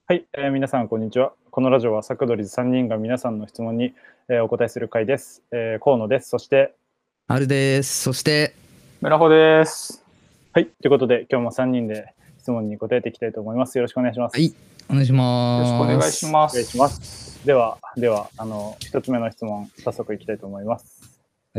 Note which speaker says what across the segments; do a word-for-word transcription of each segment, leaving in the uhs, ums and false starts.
Speaker 1: はい、えー皆さんこんにちは。このラジオはサクドリズさんにんが皆さんの質問に、えーお答えする回です。えー河野です。そして、
Speaker 2: あるです。そして、
Speaker 3: 村穂です。
Speaker 1: はい、ということで今日もさんにんで質問に答えていきたいと思います。よろしくお願いします。
Speaker 2: はい、お願いします。
Speaker 3: よろしくお願いします。
Speaker 1: お願いします。では、では、あの、一つ目の質問、早速いきたいと思います。
Speaker 2: はい。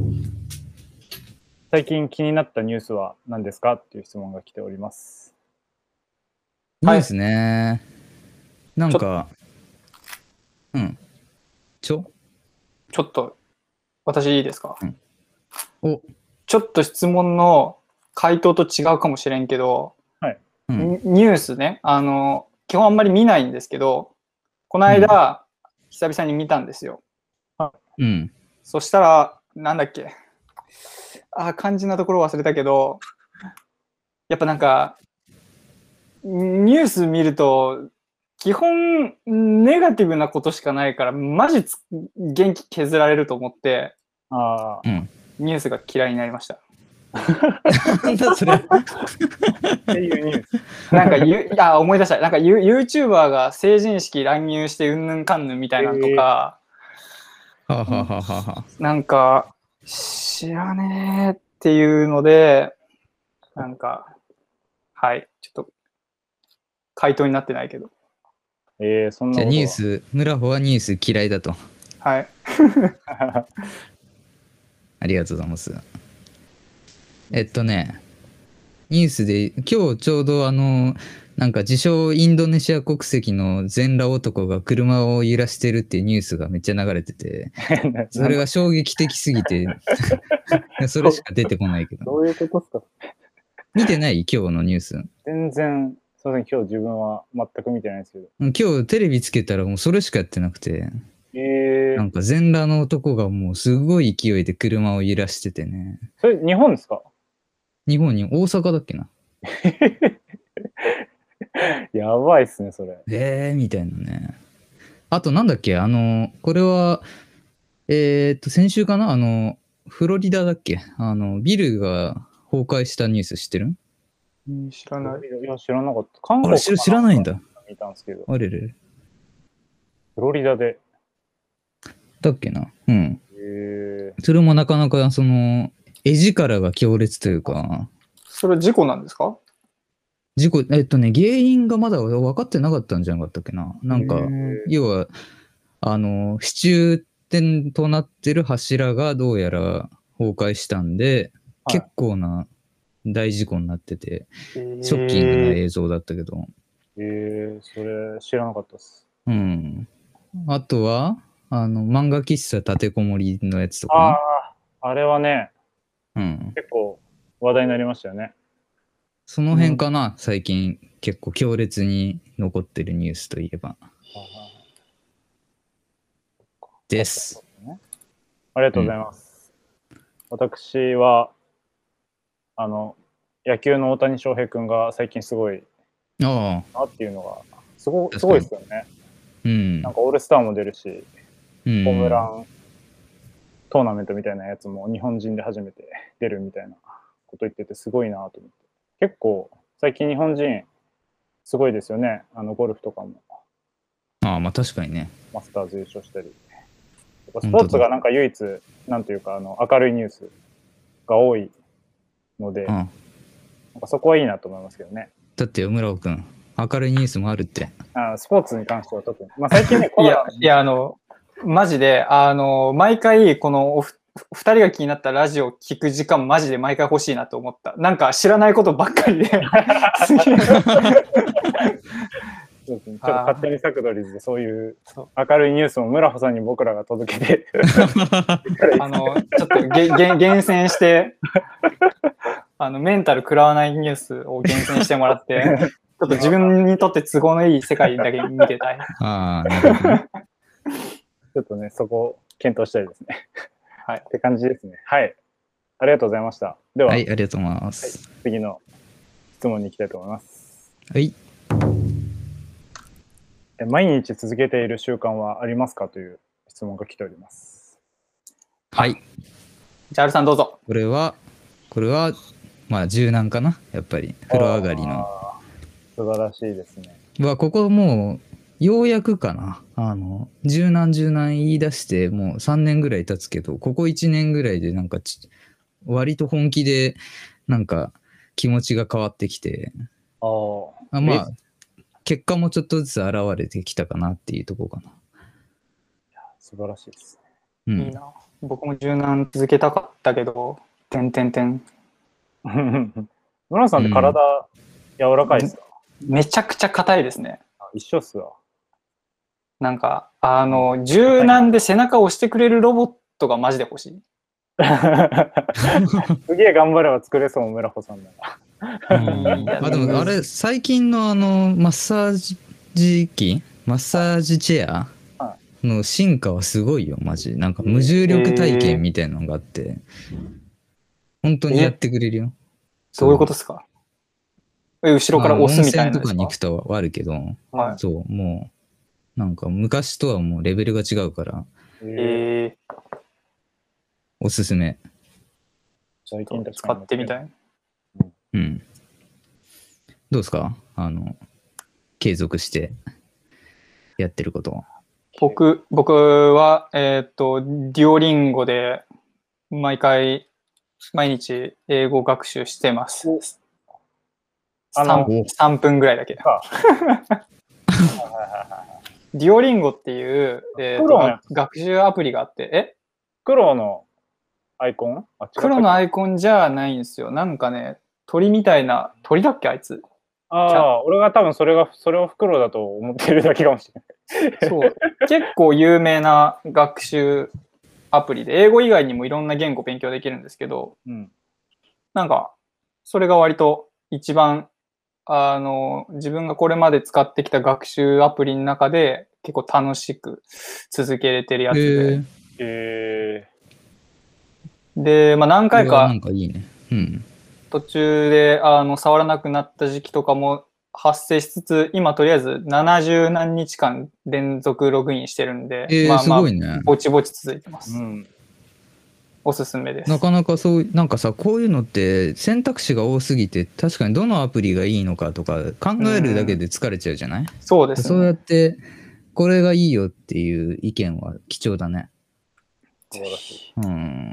Speaker 1: 最近気になったニュースは何ですかっていう質問が来ております。
Speaker 2: ニュースね。なんか、うん。ちょ
Speaker 3: ちょっと、私いいですか、
Speaker 2: うん、お
Speaker 3: ちょっと質問の回答と違うかもしれんけど、
Speaker 1: はい
Speaker 2: うん、
Speaker 3: ニュースね、あの、基本あんまり見ないんですけど、この間、うん、久々に見たんですよ。
Speaker 2: うん。
Speaker 3: そしたら、なんだっけ、あ、肝心なところ忘れたけど、やっぱなんか、ニュース見ると、基本ネガティブなことしかないからマジ元気削られると思って、
Speaker 1: あ、
Speaker 2: うん、
Speaker 3: ニュースが嫌いになりました。
Speaker 2: なんだそれ
Speaker 1: っていうニュース。
Speaker 3: なんかゆあ思い出した。なんかユ YouTuber が成人式乱入してうんぬんかんぬんみたいなのとか、
Speaker 2: えー、ははははは
Speaker 3: なんか知らねえっていうので、なんかはいちょっと回答になってないけど。
Speaker 1: えー、そんな
Speaker 2: じゃあニュース、村穂はニュース嫌いだと。
Speaker 3: はい。
Speaker 2: ありがとうございます。えっとね、ニュースで今日ちょうどあのなんか自称インドネシア国籍の全裸男が車を揺らしてるっていうニュースがめっちゃ流れてて、それが衝撃的すぎてそれしか出てこないけど。
Speaker 1: どういうことですか？
Speaker 2: 見てない？今日のニュース。
Speaker 1: 全然、すみません、今日自分は全く見てないんですけど。
Speaker 2: 今日テレビつけたらもうそれしかやってなくて、
Speaker 1: えー、
Speaker 2: なんか全裸の男がもうすごい勢いで車を揺らしててね。
Speaker 1: それ日本ですか？
Speaker 2: 日本に大阪だっけな。
Speaker 1: やばいっすね、それ。
Speaker 2: えーみたいなね。あとなんだっけ、あの、これは、えー、っと、先週かな、あの、フロリダだっけ、あの、ビルが崩壊したニュース知ってる？
Speaker 3: 知らない。
Speaker 1: いや、知らなかった。韓国
Speaker 2: あれ知らないんだ。
Speaker 1: 見たんですけど。
Speaker 2: あれれ。
Speaker 1: フロリダで。
Speaker 2: だっけな。うん。
Speaker 1: へ
Speaker 2: それもなかなかその絵力が強烈というか。
Speaker 3: それ事故なんですか？
Speaker 2: 事故、えっとね、原因がまだ分かってなかったんじゃなかったっけな。なんか、要は、あの、支柱点となってる柱がどうやら崩壊したんで、はい、結構な大事故になってて、ショッキングな映像だったけど。
Speaker 1: えー、それ知らなかったっす。
Speaker 2: うん。あとは、あの、漫画喫茶立てこもりのやつとか。
Speaker 1: ああ、あれはね、
Speaker 2: うん、
Speaker 1: 結構話題になりましたよね。
Speaker 2: その辺かな、うん、最近結構強烈に残ってるニュースといえば。です。
Speaker 1: ありがとうございます。うん、私は、あの、野球の大谷翔平君が最近すごいなっていうのが、すごすごいですよね。
Speaker 2: うん、
Speaker 1: なんかオールスターも出るし、うん、ホームラントーナメントみたいなやつも日本人で初めて出るみたいなこと言っててすごいなと思って。結構最近日本人すごいですよね。あのゴルフとかも。
Speaker 2: ああ、まあ確かにね。
Speaker 1: マスターズ優勝したり。スポーツがなんか唯一なんというかあの明るいニュースが多いので、うん、なんかそこはいいなと思いますけどね。
Speaker 2: だって村尾くん、明るいニュースもあるって。
Speaker 1: あ、スポーツに関しては特に。まあ最近ね、
Speaker 3: いやいやあのマジであの毎回このおふふたりが気になったラジオを聞く時間マジで毎回欲しいなと思った。なんか知らないことばっかりで。ちょ
Speaker 1: っと勝手にサクドリズでそういう明るいニュースも村穂さんに僕らが届けて
Speaker 3: あのちょっとげげ厳選してあのメンタル食らわないニュースを厳選してもらってちょっと自分にとって都合のいい世界だけ見てたい。
Speaker 2: ああ、なるほどね。
Speaker 1: ちょっとね、そこを検討したいですね。
Speaker 3: はい。
Speaker 1: って感じですね。はい。ありがとうございました。では、
Speaker 2: はい、ありがとうございます。
Speaker 1: はい、次の質問に行きたいと思います。
Speaker 2: はい。
Speaker 1: 毎日続けている習慣はありますかという質問が来ております。
Speaker 2: はい。
Speaker 3: じゃあ、アルさんどうぞ。
Speaker 2: これは、これは、まあ柔軟かな、やっぱり。風呂上がりの。
Speaker 1: 素晴らしいですね。
Speaker 2: はここもうようやくかな、あの柔軟柔軟言い出してもうさんねんぐらい経つけど、ここいちねんぐらいでなんかち割と本気でなんか気持ちが変わってきて、
Speaker 1: あ
Speaker 2: あまあ結果もちょっとずつ現れてきたかなっていうところかな。
Speaker 1: 素晴らしいです
Speaker 2: うん、
Speaker 3: いいな。僕も柔軟続けたかったけど、てんてんてん。
Speaker 1: ね。村さんって体柔らかいですか？
Speaker 3: めちゃくちゃ硬いですね。
Speaker 1: あ一緒っすわ。
Speaker 3: なんか、あの、柔軟で背中を押してくれるロボットがマジで欲しい。
Speaker 1: すげえ頑張れば作れそう、村穂さんなら。
Speaker 2: うんあでもあれ最近のあのマッサージ機マッサージチェアの進化はすごいよマジ。なんか無重力体験みたいなのがあって本当にやってくれるよ。
Speaker 3: どういうことですか？え後ろから押すみたいな
Speaker 2: 温泉とかに行くとはあるけど、
Speaker 3: はい、
Speaker 2: そうもうなんか昔とはもうレベルが違うから
Speaker 3: えー、
Speaker 2: おすすめ。
Speaker 1: 最近
Speaker 3: 使ってみたい。
Speaker 2: うん。どうですか？あの継続してやってることは。
Speaker 3: 僕、僕は、えっと、デュオリンゴで毎回、毎日英語学習してます。
Speaker 1: あの
Speaker 3: 3, さんぷんぐらいだけ。デュオリンゴっていう、えー、と学習アプリがあって、え
Speaker 1: 黒のアイコン？あ
Speaker 3: 黒のアイコンじゃないんですよ。なんかね、鳥みたいな、鳥だっけあいつ。
Speaker 1: ああ、俺が多分それが、それをフクロウだと思ってるだけかもしれない。
Speaker 3: そう。結構有名な学習アプリで、英語以外にもいろんな言語勉強できるんですけど、
Speaker 1: うん、
Speaker 3: なんか、それが割と一番、あの、自分がこれまで使ってきた学習アプリの中で結構楽しく続けれてるやつで。
Speaker 1: え
Speaker 3: ー、で、まあ何回か、
Speaker 2: なんかいいね。うん。
Speaker 3: 途中であの触らなくなった時期とかも発生しつつ、今とりあえずななじゅうなんにちかん連続ログインしてるんで、
Speaker 2: えー、
Speaker 3: まあまあ、
Speaker 2: すごいね。
Speaker 3: ぼちぼち続いてます。
Speaker 1: うん、
Speaker 3: おすすめです。
Speaker 2: なかなかそう、なんかさ、こういうのって選択肢が多すぎて、確かにどのアプリがいいのかとか考えるだけで疲れちゃうじゃない？
Speaker 3: そうですね。
Speaker 2: そうやって、これがいいよっていう意見は貴重だね。
Speaker 1: 素晴らしい。
Speaker 2: うん。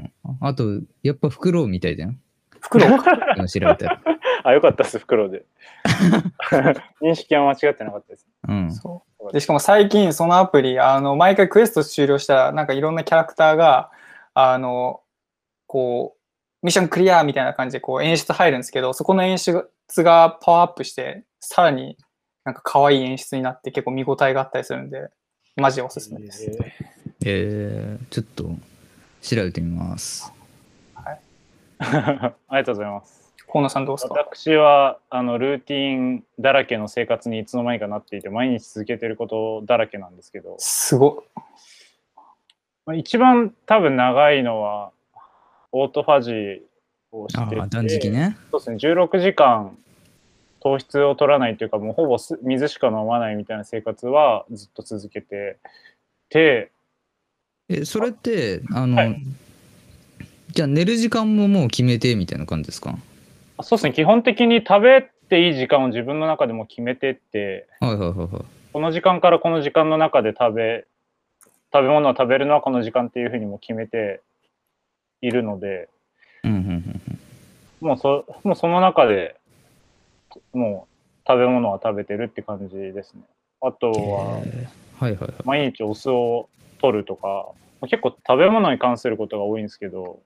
Speaker 2: あと、やっぱフクロウみたいだよ。
Speaker 3: フクロウ
Speaker 2: 調べたら。
Speaker 1: あ、よかったです、フクロウで。認識は間違ってなかったです。
Speaker 2: うん。
Speaker 3: そうでしかも最近そのアプリ、あの、毎回クエスト終了したら、なんかいろんなキャラクターが、あの、こう、ミッションクリアみたいな感じでこう演出入るんですけど、そこの演出がパワーアップして、さらになんか可愛い演出になって結構見応えがあったりするんで、マジでおすすめです。
Speaker 2: えー、えー、ちょっと調べてみます。
Speaker 1: はい。ありがとうございます。
Speaker 3: 河野さんどうですか？
Speaker 1: 私はあのルーティンだらけの生活にいつの間にかなっていて、毎日続けてることだらけなんですけど、
Speaker 3: すご
Speaker 1: い。一番多分長いのはオートファジーをしてて、
Speaker 2: あ断食ね。
Speaker 1: そうですね、じゅうろくじかん糖質を取らないというか、もうほぼ水しか飲まないみたいな生活はずっと続けてて。
Speaker 2: え、それってあの、はい、じゃあ寝る時間ももう決めてみたいな感じですか？
Speaker 1: そうですね、基本的に食べていい時間を自分の中でも決めてって、
Speaker 2: はいはいはいはい、
Speaker 1: この時間からこの時間の中で食べ食べ物を食べるのはこの時間っていうふうにも決めているので、
Speaker 2: うんうんうんうん、
Speaker 1: もうそもうその中でもう食べ物は食べてるって感じですね。あとは、
Speaker 2: はいはいはい、
Speaker 1: 毎日お酢を取るとか、結構食べ物に関することが多いんですけど。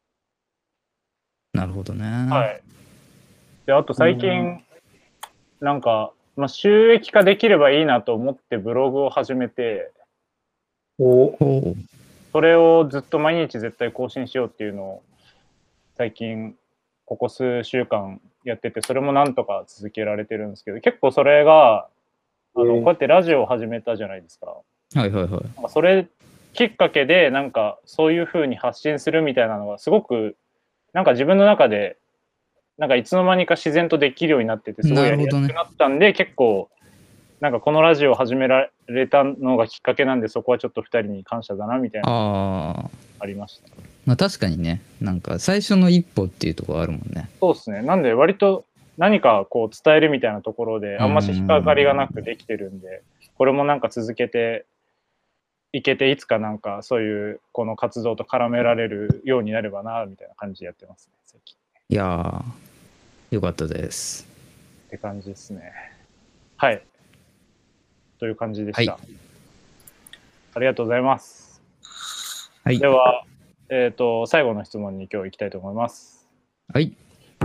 Speaker 2: なるほどね。
Speaker 1: はい。であと最近なんか、まあ、収益化できればいいなと思ってブログを始めて、
Speaker 3: お
Speaker 1: それをずっと毎日絶対更新しようっていうのを最近ここ数週間やってて、それもなんとか続けられてるんですけど、結構それがあのこうやってラジオを始めたじゃないですか。
Speaker 2: はいはいはい。
Speaker 1: それきっかけでなんかそういう風に発信するみたいなのがすごくなんか自分の中でなんかいつの間にか自然とできるようになってて、すごいやりやすくなったんで、ね、結構なんかこのラジオを始められたのがきっかけなんで、そこはちょっとふたりに感謝だなみたいなあありました。
Speaker 2: まあ確かにね、なんか最初の一歩っていうところあるもんね。
Speaker 1: そうですね。なんで割と何かこう伝えるみたいなところであんまし引っかかりがなくできてるんで、これもなんか続けていけて、いつかなんかそういうこの活動と絡められるようになればなみたいな感じでやってますね、最近。
Speaker 2: いやー、よかったです。
Speaker 1: って感じですね。はい。という感じでした。はい、ありがとうございます。はい。では、えっと、最後の質問に今日行きたいと思います。
Speaker 2: はい。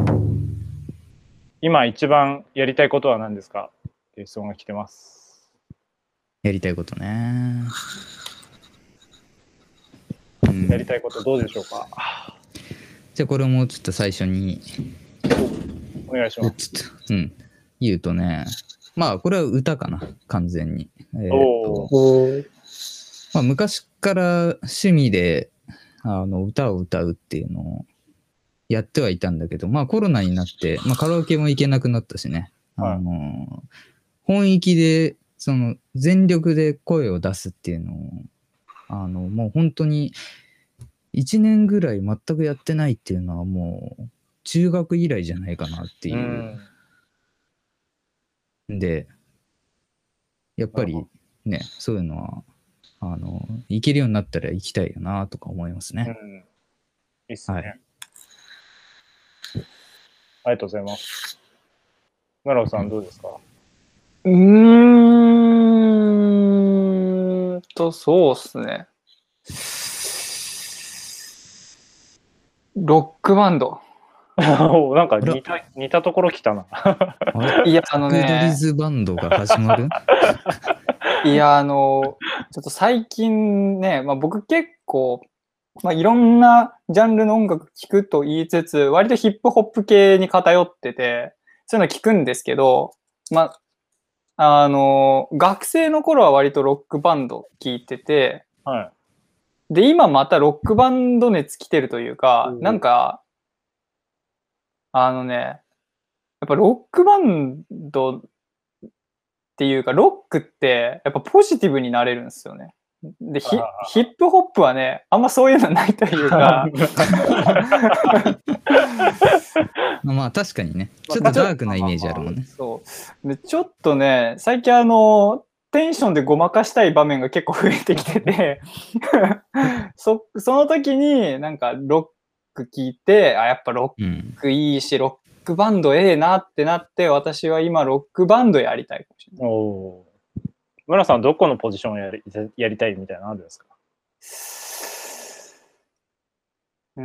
Speaker 1: 今一番やりたいことは何ですかっていう質問が来てます。
Speaker 2: やりたいことね。
Speaker 1: うん、やりたいことどうでしょうか。
Speaker 2: じゃあこれもちょっと最初に
Speaker 1: お願いします。
Speaker 2: うん、言うとね、まあこれは歌かな、完全に。えー、とまあ、昔から趣味であの歌を歌うっていうのをやってはいたんだけど、まあコロナになって、まあ、カラオケも行けなくなったしね、はい、あの本域でその全力で声を出すっていうのをあのもう本当にいちねんぐらい全くやってないっていうのはもう中学以来じゃないかなっていう。うん、でやっぱりね、そういうのはあの行けるようになったら行きたいよなとか思いますね。
Speaker 1: うん、いいっすね。はい、ありがとうございます。村尾さんどうですか？
Speaker 3: うーんと、そうっすね。ロックバンド。
Speaker 1: なんか似た似たところ来たな。
Speaker 3: いや、あのね。
Speaker 2: サクドリズバンドが始まる
Speaker 3: いや、あの、ちょっと最近ね、まあ、僕結構、まあ、いろんなジャンルの音楽聴くと言いつつ、割とヒップホップ系に偏ってて、そういうの聞くんですけど、まあ、あの、学生の頃は割とロックバンド聴いてて、
Speaker 1: はい、
Speaker 3: で、今またロックバンド熱来てるというか、うん、なんか、あのね、やっぱロックバンドっていうか、ロックってやっぱポジティブになれるんですよね。で、ヒ, ヒップホップはね、あんまそういうのないというか。
Speaker 2: まあ確かにね、ちょっとダークなイメージあるもんね。
Speaker 3: そうでちょっとね、最近あの、テンションでごまかしたい場面が結構増えてきててそ、その時になんかロック聞いて、あ、やっぱロックいいし、うん、ロックバンドええなってなって、私は今ロックバンドやりたいかもしれない。
Speaker 1: おー。村さんどこのポジションをやり、やりたいみたいなのあるんですか？
Speaker 3: うー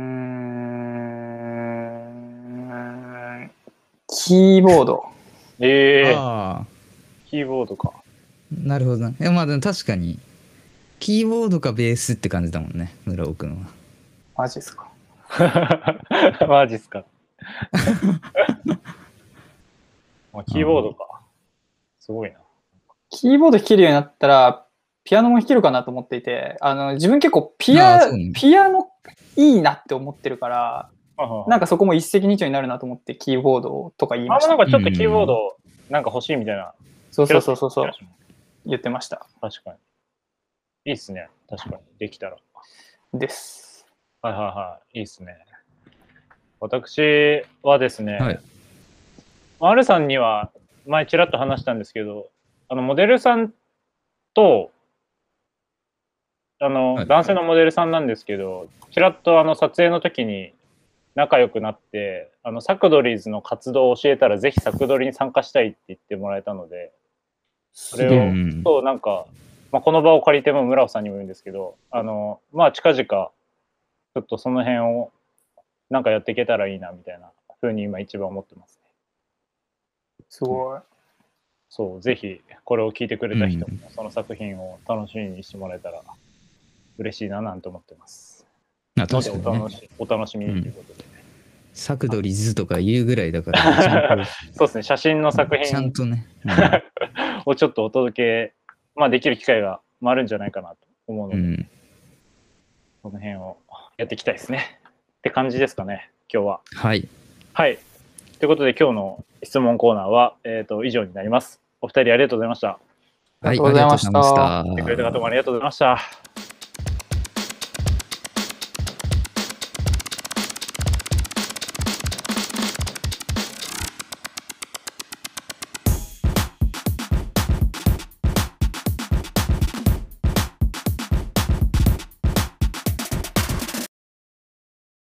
Speaker 3: ん、キーボード。
Speaker 1: ええー、あキーボードか。
Speaker 2: なるほど。いやまあでも確かにキーボードかベースって感じだもんね、村尾くんは。
Speaker 3: マジっすか。
Speaker 1: マジっすか。キーボードか。すごいな。
Speaker 3: キーボード弾けるようになったら、ピアノも弾けるかなと思っていて、あの、自分結構ピア、ね、ピアノいいなって思ってるから、なんかそこも一石二鳥になるなと思ってキーボードとか言いました。
Speaker 1: あ、なんかちょっとキーボードなんか欲しいみたいな。
Speaker 3: そうそうそうそう。言ってました。
Speaker 1: 確かに。いいっすね。確かに。できたら。
Speaker 3: です。
Speaker 1: はいはいはい。いいっすね。私はですね、はい、R さんには前ちらっと話したんですけど、あのモデルさんとあの、はい、男性のモデルさんなんですけど、ちらっとあの撮影の時に仲良くなって、あのサクドリーズの活動を教えたらぜひサクドリに参加したいって言ってもらえたので、それを、そうなんか、まあ、この場を借りても村尾さんにも言うんですけど、あのまあ近々ちょっとその辺をなんかやっていけたらいいなみたいなふうに今一番思ってますね。
Speaker 3: すごい。
Speaker 1: そう、ぜひこれを聞いてくれた人もその作品を楽しみにしてもらえたら嬉しいななんて思ってます。
Speaker 2: あ、確かにね、
Speaker 1: お楽しお楽しみにということで、ね、うん、
Speaker 2: サクドリズとか言うぐらいだから、ちゃんと
Speaker 1: そうですね、写真の作品
Speaker 2: ちゃんとね、
Speaker 1: うん、をちょっとお届け、まあ、できる機会があるんじゃないかなと思うので、うん、この辺をやっていきたいですねって感じですかね、今日は。
Speaker 2: はい。
Speaker 1: はい。ということで今日の質問コーナーは、えーと、以上になります。お二人ありがとうございました。
Speaker 2: はい、ありがとうございました。
Speaker 1: 来てくれた方もありがとうございました。